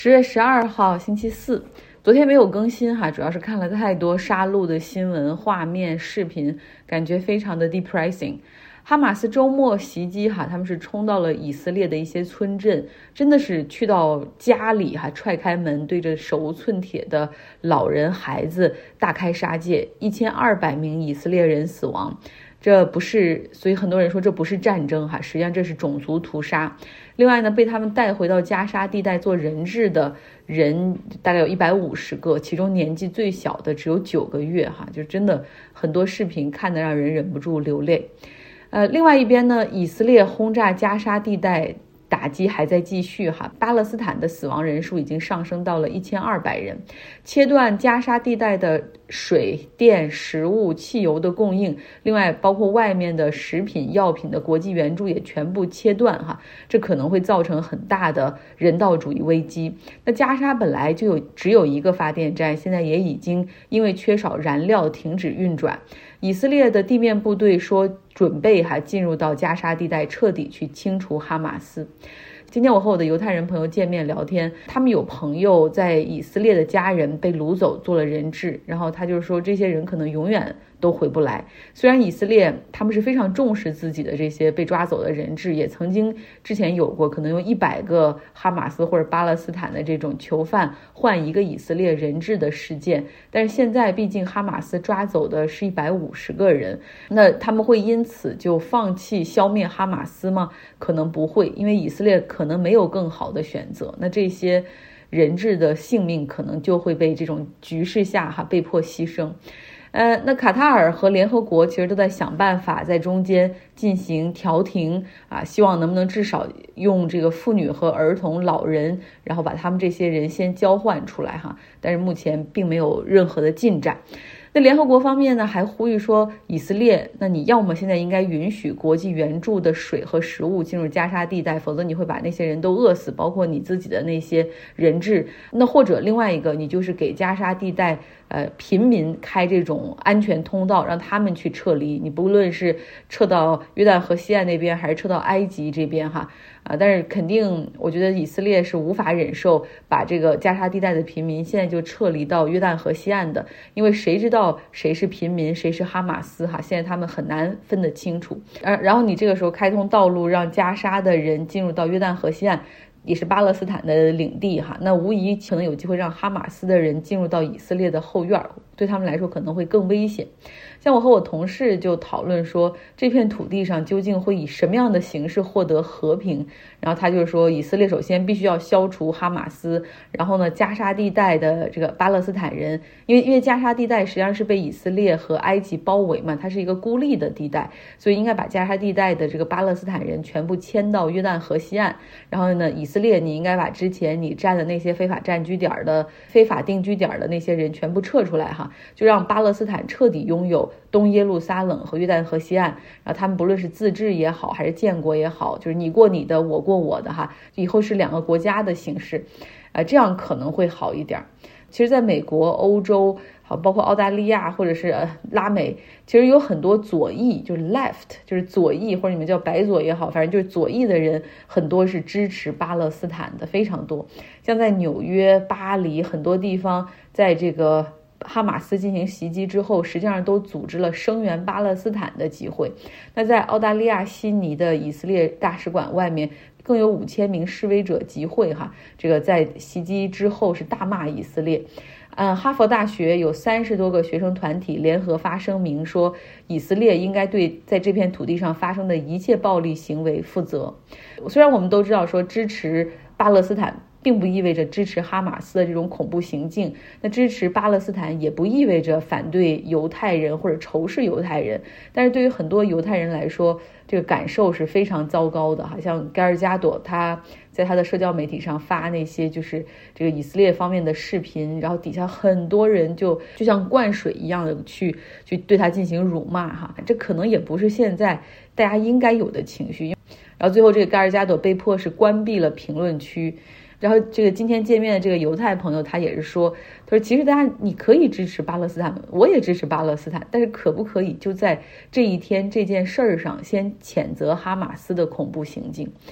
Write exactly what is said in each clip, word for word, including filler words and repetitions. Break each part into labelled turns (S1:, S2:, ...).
S1: 十月十二号星期四，昨天没有更新哈，主要是看了太多杀戮的新闻、画面、视频，感觉非常的 depressing。哈马斯周末袭击哈，他们是冲到了以色列的一些村镇，真的是去到家里哈，踹开门，对着手无寸铁的老人孩子大开杀戒，一千二百名以色列人死亡。这不是，所以很多人说这不是战争哈，实际上这是种族屠杀。另外呢，被他们带回到加沙地带做人质的人大概有一百五十个，其中年纪最小的只有九个月哈，就真的很多视频看得让人忍不住流泪。呃，另外一边呢，以色列轰炸加沙地带打击还在继续哈，巴勒斯坦的死亡人数已经上升到了一千二百人，切断加沙地带的水电、食物、汽油的供应，另外包括外面的食品、药品的国际援助也全部切断哈，这可能会造成很大的人道主义危机。那加沙本来就有只有一个发电站，现在也已经因为缺少燃料停止运转。以色列的地面部队说准备还进入到加沙地带，彻底去清除哈马斯。今天我和我的犹太人朋友见面聊天，他们有朋友在以色列的家人被掳走做了人质，然后他就说这些人可能永远都回不来。虽然以色列他们是非常重视自己的这些被抓走的人质，也曾经之前有过可能用一百个哈马斯或者巴勒斯坦的这种囚犯换一个以色列人质的事件，但是现在毕竟哈马斯抓走的是一百五十个人，那他们会因此就放弃消灭哈马斯吗？可能不会，因为以色列可能没有更好的选择，那这些人质的性命可能就会被这种局势下哈被迫牺牲。呃，那卡塔尔和联合国其实都在想办法在中间进行调停啊，希望能不能至少用这个妇女和儿童、老人，然后把他们这些人先交换出来哈，但是目前并没有任何的进展。那联合国方面呢，还呼吁说，以色列，那你要么现在应该允许国际援助的水和食物进入加沙地带，否则你会把那些人都饿死，包括你自己的那些人质。那或者另外一个，你就是给加沙地带呃平民开这种安全通道，让他们去撤离。你不论是撤到约旦河西岸那边，还是撤到埃及这边哈。啊，但是肯定，我觉得以色列是无法忍受把这个加沙地带的平民现在就撤离到约旦河西岸的，因为谁知道谁是平民，谁是哈马斯哈，现在他们很难分得清楚。呃，然后你这个时候开通道路，让加沙的人进入到约旦河西岸，也是巴勒斯坦的领地哈，那无疑可能有机会让哈马斯的人进入到以色列的后院，对他们来说可能会更危险。像我和我同事就讨论说，这片土地上究竟会以什么样的形式获得和平，然后他就说，以色列首先必须要消除哈马斯，然后呢，加沙地带的这个巴勒斯坦人，因为因为加沙地带实际上是被以色列和埃及包围嘛，它是一个孤立的地带，所以应该把加沙地带的这个巴勒斯坦人全部迁到约旦河西岸，然后呢，以色列你应该把之前你占的那些非法占据点的、非法定居点的那些人全部撤出来哈，就让巴勒斯坦彻底拥有东耶路撒冷和约旦河西岸，然后他们不论是自治也好，还是建国也好，就是你过你的，我过我的哈，以后是两个国家的形式，呃，这样可能会好一点。其实在美国、欧洲，好，包括澳大利亚或者是呃拉美，其实有很多左翼，就是 left， 就是左翼，或者你们叫白左也好，反正就是左翼的人，很多是支持巴勒斯坦的，非常多。像在纽约、巴黎很多地方，在这个哈马斯进行袭击之后，实际上都组织了声援巴勒斯坦的集会。那在澳大利亚悉尼的以色列大使馆外面，更有五千名示威者集会哈，这个在袭击之后是大骂以色列。嗯，哈佛大学有三十多个学生团体联合发声明说，以色列应该对在这片土地上发生的一切暴力行为负责。虽然我们都知道说支持巴勒斯坦并不意味着支持哈马斯的这种恐怖行径，那支持巴勒斯坦也不意味着反对犹太人或者仇视犹太人，但是对于很多犹太人来说，这个感受是非常糟糕的。好像盖尔加朵他在他的社交媒体上发那些就是这个以色列方面的视频，然后底下很多人就就像灌水一样的去去对他进行辱骂哈，这可能也不是现在大家应该有的情绪。然后最后这个盖尔加朵被迫是关闭了评论区。然后这个今天见面的这个犹太朋友他也是说，他说其实大家你可以支持巴勒斯坦，我也支持巴勒斯坦，但是可不可以就在这一天这件事儿上先谴责哈马斯的恐怖行径。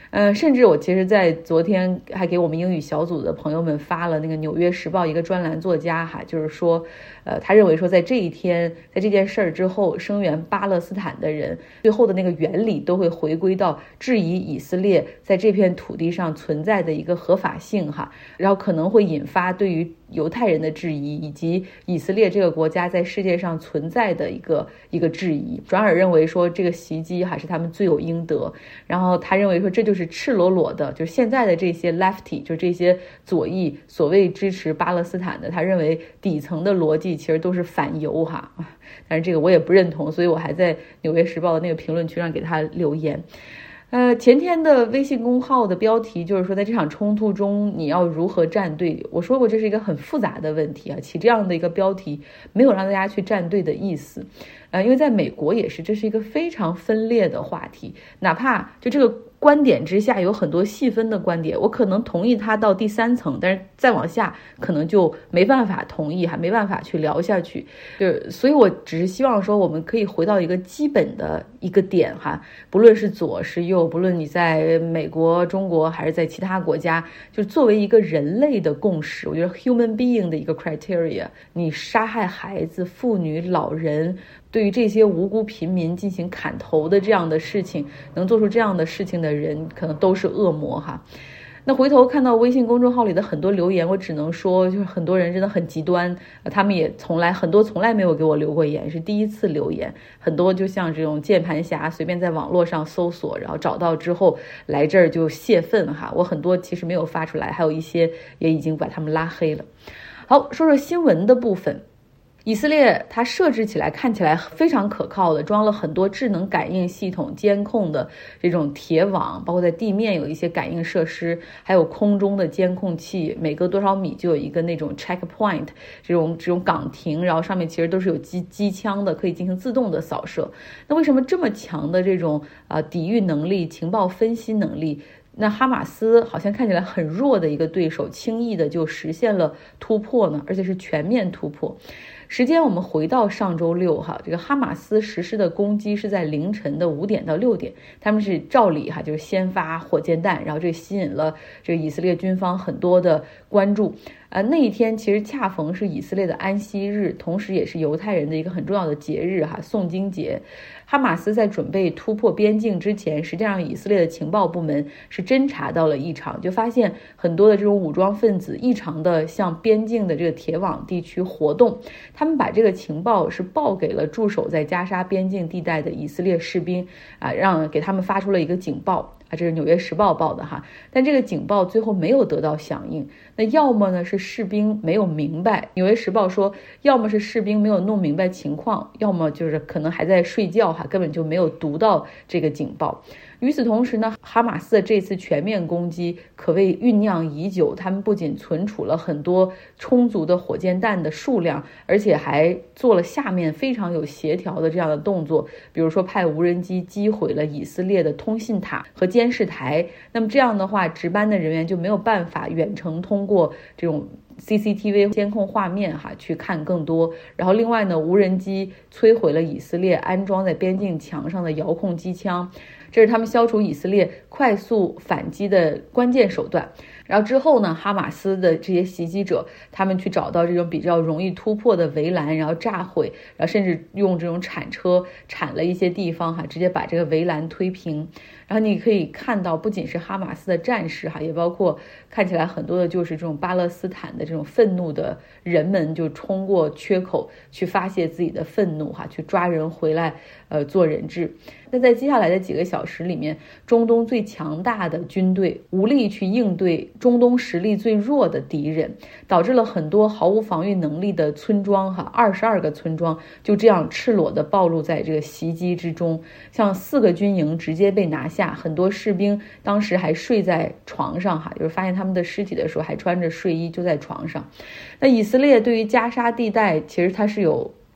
S1: 呃，甚至我其实在昨天还给我们英语小组的朋友们发了那个《纽约时报》一个专栏作家哈，就是说，呃，他认为说在这一天，在这件事儿之后，声援巴勒斯坦的人最后的那个原理都会回归到质疑以色列在这片土地上存在的一个合法性哈，然后可能会引发对于犹太人的质疑，以及以色列这个国家在世界上存在的一个一个质疑。转而认为说这个袭击还是他们罪有应得，然后他认为说这就是赤裸裸的，就是现在的这些 lefty， 就这些左翼所谓支持巴勒斯坦的，他认为底层的逻辑其实都是反犹哈。但是这个我也不认同，所以我还在《纽约时报》的那个评论区上给他留言。呃，前天的微信公号的标题就是说，在这场冲突中你要如何站队。我说过这是一个很复杂的问题啊，起这样的一个标题没有让大家去站队的意思。呃，因为在美国也是，这是一个非常分裂的话题，哪怕就这个观点之下有很多细分的观点，我可能同意他到第三层，但是再往下可能就没办法同意，还没办法去聊下去。就是所以我只是希望说我们可以回到一个基本的一个点哈，不论是左是右，不论你在美国、中国还是在其他国家，就作为一个人类的共识，我觉得 human being 的一个 criteria， 你杀害孩子、妇女、老人，对于这些无辜平民进行砍头的这样的事情，能做出这样的事情的人可能都是恶魔哈。那回头看到微信公众号里的很多留言，我只能说就是很多人真的很极端，他们也从来很多从来没有给我留过言，是第一次留言。很多就像这种键盘侠随便在网络上搜索，然后找到之后来这儿就泄愤哈。我很多其实没有发出来，还有一些也已经把他们拉黑了。好，说说新闻的部分。以色列它设置起来看起来非常可靠的，装了很多智能感应系统监控的这种铁网，包括在地面有一些感应设施，还有空中的监控器，每隔多少米就有一个那种 checkpoint 这种这种岗亭，然后上面其实都是有机机枪的，可以进行自动的扫射。那为什么这么强的这种呃抵御能力、情报分析能力，那哈马斯好像看起来很弱的一个对手，轻易的就实现了突破呢？而且是全面突破。时间我们回到上周六哈，这个哈马斯实施的攻击是在凌晨的五点到六点，他们是照理哈就是先发火箭弹，然后这吸引了这个以色列军方很多的关注。呃，那一天其实恰逢是以色列的安息日，同时也是犹太人的一个很重要的节日哈，诵经节。哈马斯在准备突破边境之前，实际上以色列的情报部门是侦查到了异常，就发现很多的这种武装分子异常的向边境的这个铁网地区活动。他们把这个情报是报给了驻守在加沙边境地带的以色列士兵啊，让给他们发出了一个警报。啊，这是《纽约时报》报的哈，但这个警报最后没有得到响应。那要么呢是士兵没有明白，《纽约时报》说，要么是士兵没有弄明白情况，要么就是可能还在睡觉哈，根本就没有读到这个警报。与此同时呢，哈马斯的这次全面攻击可谓酝酿已久，他们不仅存储了很多充足的火箭弹的数量，而且还做了下面非常有协调的这样的动作，比如说派无人机击毁了以色列的通信塔和监视台。那么这样的话，值班的人员就没有办法远程通过这种C C T V 监控画面哈去看更多。然后另外呢，无人机摧毁了以色列安装在边境墙上的遥控机枪，这是他们消除以色列快速反击的关键手段。然后之后呢，哈马斯的这些袭击者，他们去找到这种比较容易突破的围栏，然后炸毁，然后甚至用这种铲车铲了一些地方哈，直接把这个围栏推平。然后你可以看到，不仅是哈马斯的战士哈，也包括看起来很多的就是这种巴勒斯坦的这种愤怒的人们，就冲过缺口去发泄自己的愤怒哈，去抓人回来呃做人质。那在接下来的几个小时里面，中东最强大的军队无力去应对中东实力最弱的敌人，导致了很多毫无防御能力的村庄哈，二十二个村庄就这样赤裸的暴露在这个袭击之中。像四个军营直接被拿下，很多士兵当时还睡在床上哈，就是发现他们的尸体的时候还穿着睡衣就在床上。那以色列对于加沙地带其实它是有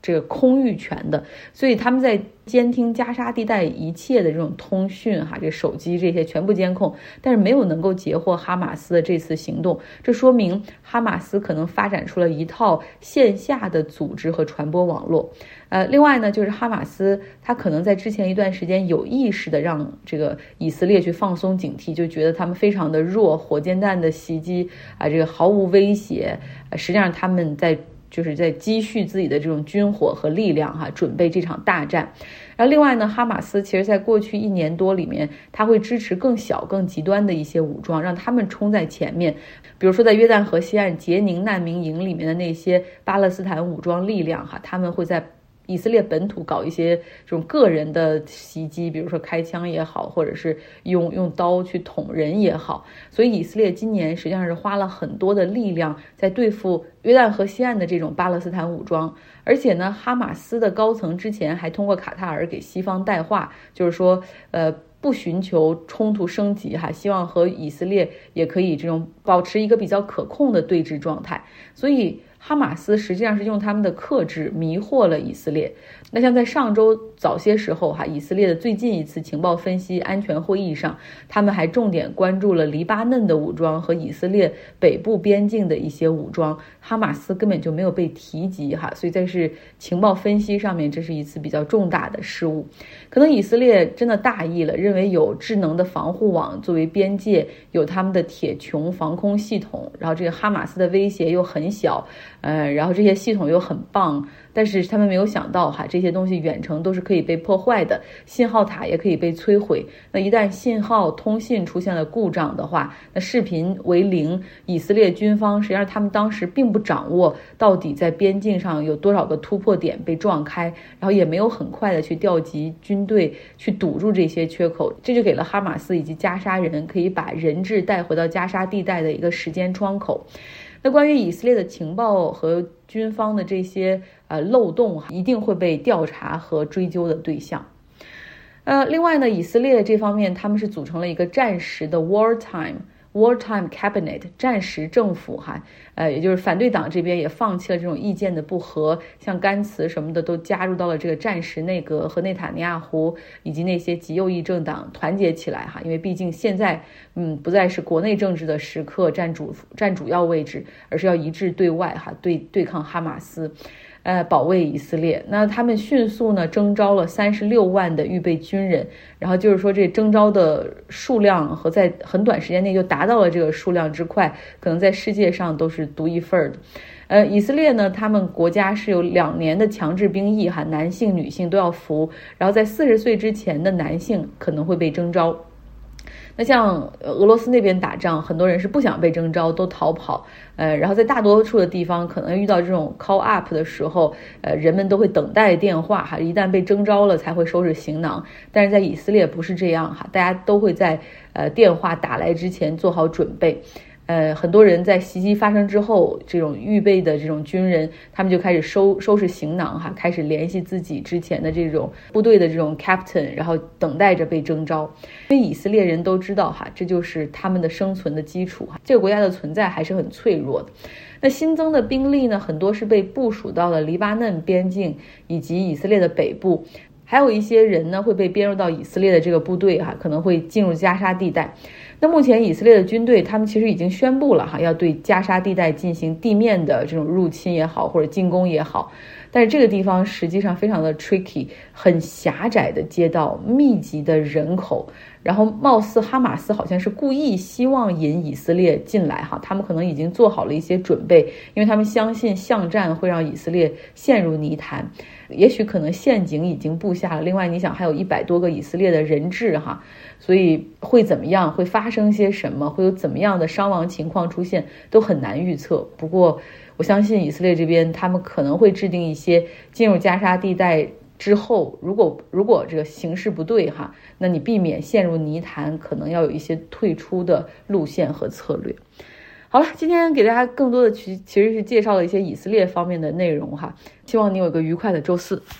S1: 这个空域权的，所以他们在监听加沙地带一切的这种通讯哈，这手机这些全部监控，但是没有能够截获哈马斯的这次行动。这说明哈马斯可能发展出了一套线下的组织和传播网络。呃，另外呢，就是哈马斯他可能在之前一段时间有意识的让这个以色列去放松警惕，就觉得他们非常的弱，火箭弹的袭击啊，这个毫无威胁。呃、实际上他们在就是在积蓄自己的这种军火和力量哈，准备这场大战。然后另外呢，哈马斯其实在过去一年多里面，他会支持更小更极端的一些武装，让他们冲在前面。比如说在约旦河西岸杰宁难民营里面的那些巴勒斯坦武装力量哈，他们会在以色列本土搞一些这种个人的袭击，比如说开枪也好，或者是用用刀去捅人也好。所以以色列今年实际上是花了很多的力量在对付约旦河西岸的这种巴勒斯坦武装。而且呢，哈马斯的高层之前还通过卡塔尔给西方带话，就是说呃不寻求冲突升级哈，希望和以色列也可以这种保持一个比较可控的对峙状态。所以哈马斯实际上是用他们的克制迷惑了以色列。那像在上周早些时候哈，以色列的最近一次情报分析安全会议上，他们还重点关注了黎巴嫩的武装和以色列北部边境的一些武装，哈马斯根本就没有被提及哈，所以在是情报分析上面，这是一次比较重大的失误。可能以色列真的大意了，认为有智能的防护网作为边界，有他们的铁穹防空系统，然后这个哈马斯的威胁又很小，呃，然后这些系统又很棒，但是他们没有想到哈，这些东西远程都是可以被破坏的，信号塔也可以被摧毁。那一旦信号通信出现了故障的话，那视频为零。以色列军方实际上他们当时并不掌握到底在边境上有多少个突破点被撞开，然后也没有很快的去调集军队去堵住这些缺口，这就给了哈马斯以及加沙人可以把人质带回到加沙地带的一个时间窗口。那关于以色列的情报和军方的这些呃漏洞，一定会被调查和追究的对象。呃，另外呢，以色列这方面他们是组成了一个战时的 wartime wartime cabinet 战时政府哈，呃，也就是反对党这边也放弃了这种意见的不合，像甘茨什么的都加入到了这个战时内阁，和内塔尼亚胡以及那些极右翼政党团结起来哈，因为毕竟现在嗯不再是国内政治的时刻占主占主要位置，而是要一致对外哈，对对抗哈马斯。呃，保卫以色列。那他们迅速呢征召了三十六万的预备军人，然后就是说这征召的数量和在很短时间内就达到了这个数量之快，可能在世界上都是独一份的。呃，以色列呢，他们国家是有两年的强制兵役哈，男性、女性都要服，然后在四十岁之前的男性可能会被征召。那像俄罗斯那边打仗，很多人是不想被征召，都逃跑。呃，然后在大多数的地方，可能遇到这种 call up 的时候，呃，人们都会等待电话哈，一旦被征召了才会收拾行囊。但是在以色列不是这样哈，大家都会在呃电话打来之前做好准备。呃，很多人在袭击发生之后，这种预备的这种军人，他们就开始收收拾行囊哈，开始联系自己之前的这种部队的这种 captain， 然后等待着被征召。因为以色列人都知道哈，这就是他们的生存的基础哈，这个国家的存在还是很脆弱的。那新增的兵力呢，很多是被部署到了黎巴嫩边境以及以色列的北部。还有一些人呢会被编入到以色列的这个部队哈，可能会进入加沙地带。那目前以色列的军队他们其实已经宣布了哈，要对加沙地带进行地面的这种入侵也好，或者进攻也好。但是这个地方实际上非常的 tricky， 很狭窄的街道，密集的人口，然后貌似哈马斯好像是故意希望引以色列进来哈，他们可能已经做好了一些准备，因为他们相信巷战会让以色列陷入泥潭，也许可能陷阱已经布下了。另外你想还有一百多个以色列的人质哈，所以会怎么样，会发生些什么，会有怎么样的伤亡情况出现都很难预测。不过我相信以色列这边他们可能会制定一些进入加沙地带之后，如果如果这个形势不对哈，那你避免陷入泥潭，可能要有一些退出的路线和策略。好了，今天给大家更多的其其实是介绍了一些以色列方面的内容哈，希望你有一个愉快的周四。